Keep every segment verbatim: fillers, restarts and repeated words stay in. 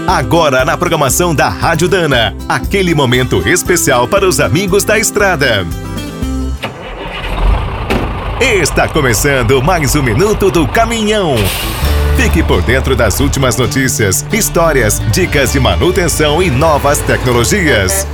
Agora na programação da Rádio Dana, aquele momento especial para os amigos da estrada. Está começando mais um Minuto do Caminhão. Fique por dentro das últimas notícias, histórias, dicas de manutenção e novas tecnologias.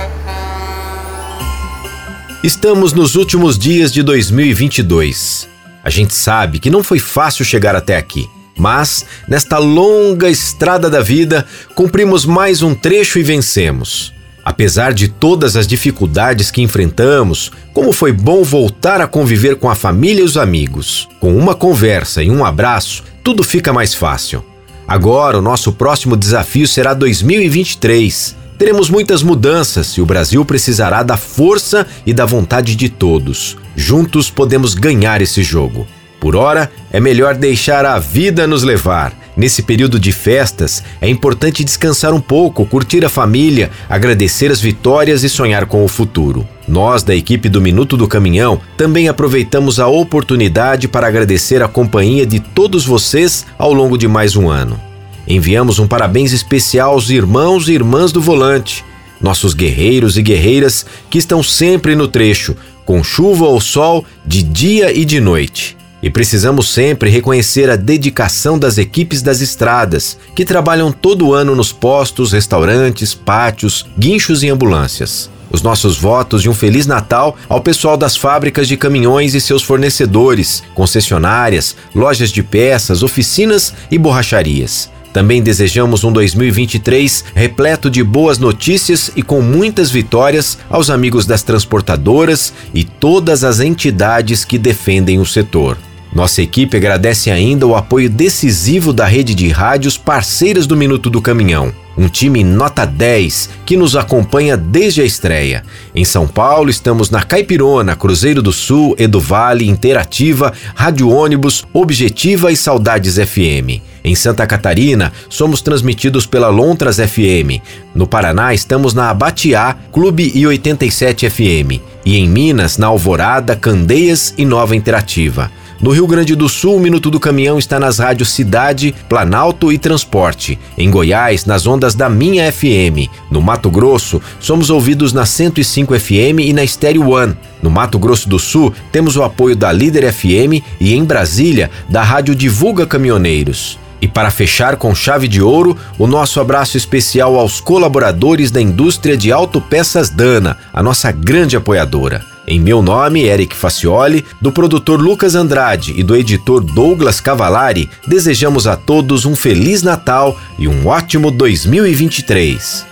Estamos nos últimos dias de dois mil e vinte e dois. A gente sabe que não foi fácil chegar até aqui. Mas, nesta longa estrada da vida, cumprimos mais um trecho e vencemos. Apesar de todas as dificuldades que enfrentamos, como foi bom voltar a conviver com a família e os amigos. Com uma conversa e um abraço, tudo fica mais fácil. Agora, o nosso próximo desafio será dois mil e vinte e três. Teremos muitas mudanças e o Brasil precisará da força e da vontade de todos. Juntos podemos ganhar esse jogo. Por ora, é melhor deixar a vida nos levar. Nesse período de festas, é importante descansar um pouco, curtir a família, agradecer as vitórias e sonhar com o futuro. Nós, da equipe do Minuto do Caminhão, também aproveitamos a oportunidade para agradecer a companhia de todos vocês ao longo de mais um ano. Enviamos um parabéns especial aos irmãos e irmãs do volante, nossos guerreiros e guerreiras que estão sempre no trecho, com chuva ou sol, de dia e de noite. E precisamos sempre reconhecer a dedicação das equipes das estradas, que trabalham todo ano nos postos, restaurantes, pátios, guinchos e ambulâncias. Os nossos votos de um Feliz Natal ao pessoal das fábricas de caminhões e seus fornecedores, concessionárias, lojas de peças, oficinas e borracharias. Também desejamos um dois mil e vinte e três repleto de boas notícias e com muitas vitórias aos amigos das transportadoras e todas as entidades que defendem o setor. Nossa equipe agradece ainda o apoio decisivo da rede de rádios parceiras do Minuto do Caminhão. Um time nota dez que nos acompanha desde a estreia. Em São Paulo estamos na Caipirona, Cruzeiro do Sul, Edu Vale, Interativa, Rádio Ônibus, Objetiva e Saudades F M. Em Santa Catarina somos transmitidos pela Lontras F M. No Paraná estamos na Abatiá, Clube I oitenta e sete F M. E em Minas, na Alvorada, Candeias e Nova Interativa. No Rio Grande do Sul, o Minuto do Caminhão está nas rádios Cidade, Planalto e Transporte. Em Goiás, nas ondas da Minha F M. No Mato Grosso, somos ouvidos na cento e cinco F M e na Stereo One. No Mato Grosso do Sul, temos o apoio da Líder F M e em Brasília, da Rádio Divulga Caminhoneiros. E para fechar com chave de ouro, o nosso abraço especial aos colaboradores da indústria de autopeças Dana, a nossa grande apoiadora. Em meu nome, Eric Facioli, do produtor Lucas Andrade e do editor Douglas Cavalari, desejamos a todos um Feliz Natal e um ótimo dois mil e vinte e três.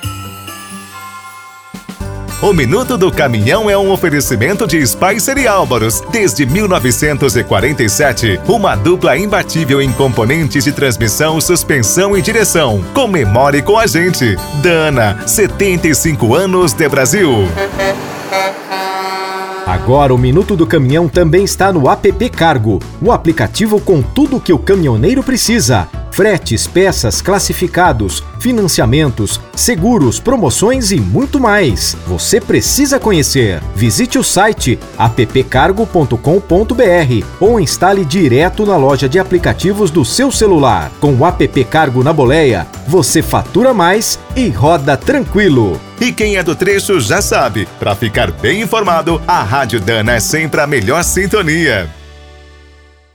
O Minuto do Caminhão é um oferecimento de Spicer e Álvaros. Desde mil novecentos e quarenta e sete, uma dupla imbatível em componentes de transmissão, suspensão e direção. Comemore com a gente. Dana, setenta e cinco anos de Brasil. Agora o Minuto do Caminhão também está no app Cargo, o aplicativo com tudo o que o caminhoneiro precisa. Fretes, peças, classificados, financiamentos, seguros, promoções e muito mais. Você precisa conhecer. Visite o site app cargo ponto com ponto b r ou instale direto na loja de aplicativos do seu celular. Com o app Cargo na boleia, você fatura mais e roda tranquilo. E quem é do trecho já sabe, para ficar bem informado, a Rádio Dana é sempre a melhor sintonia.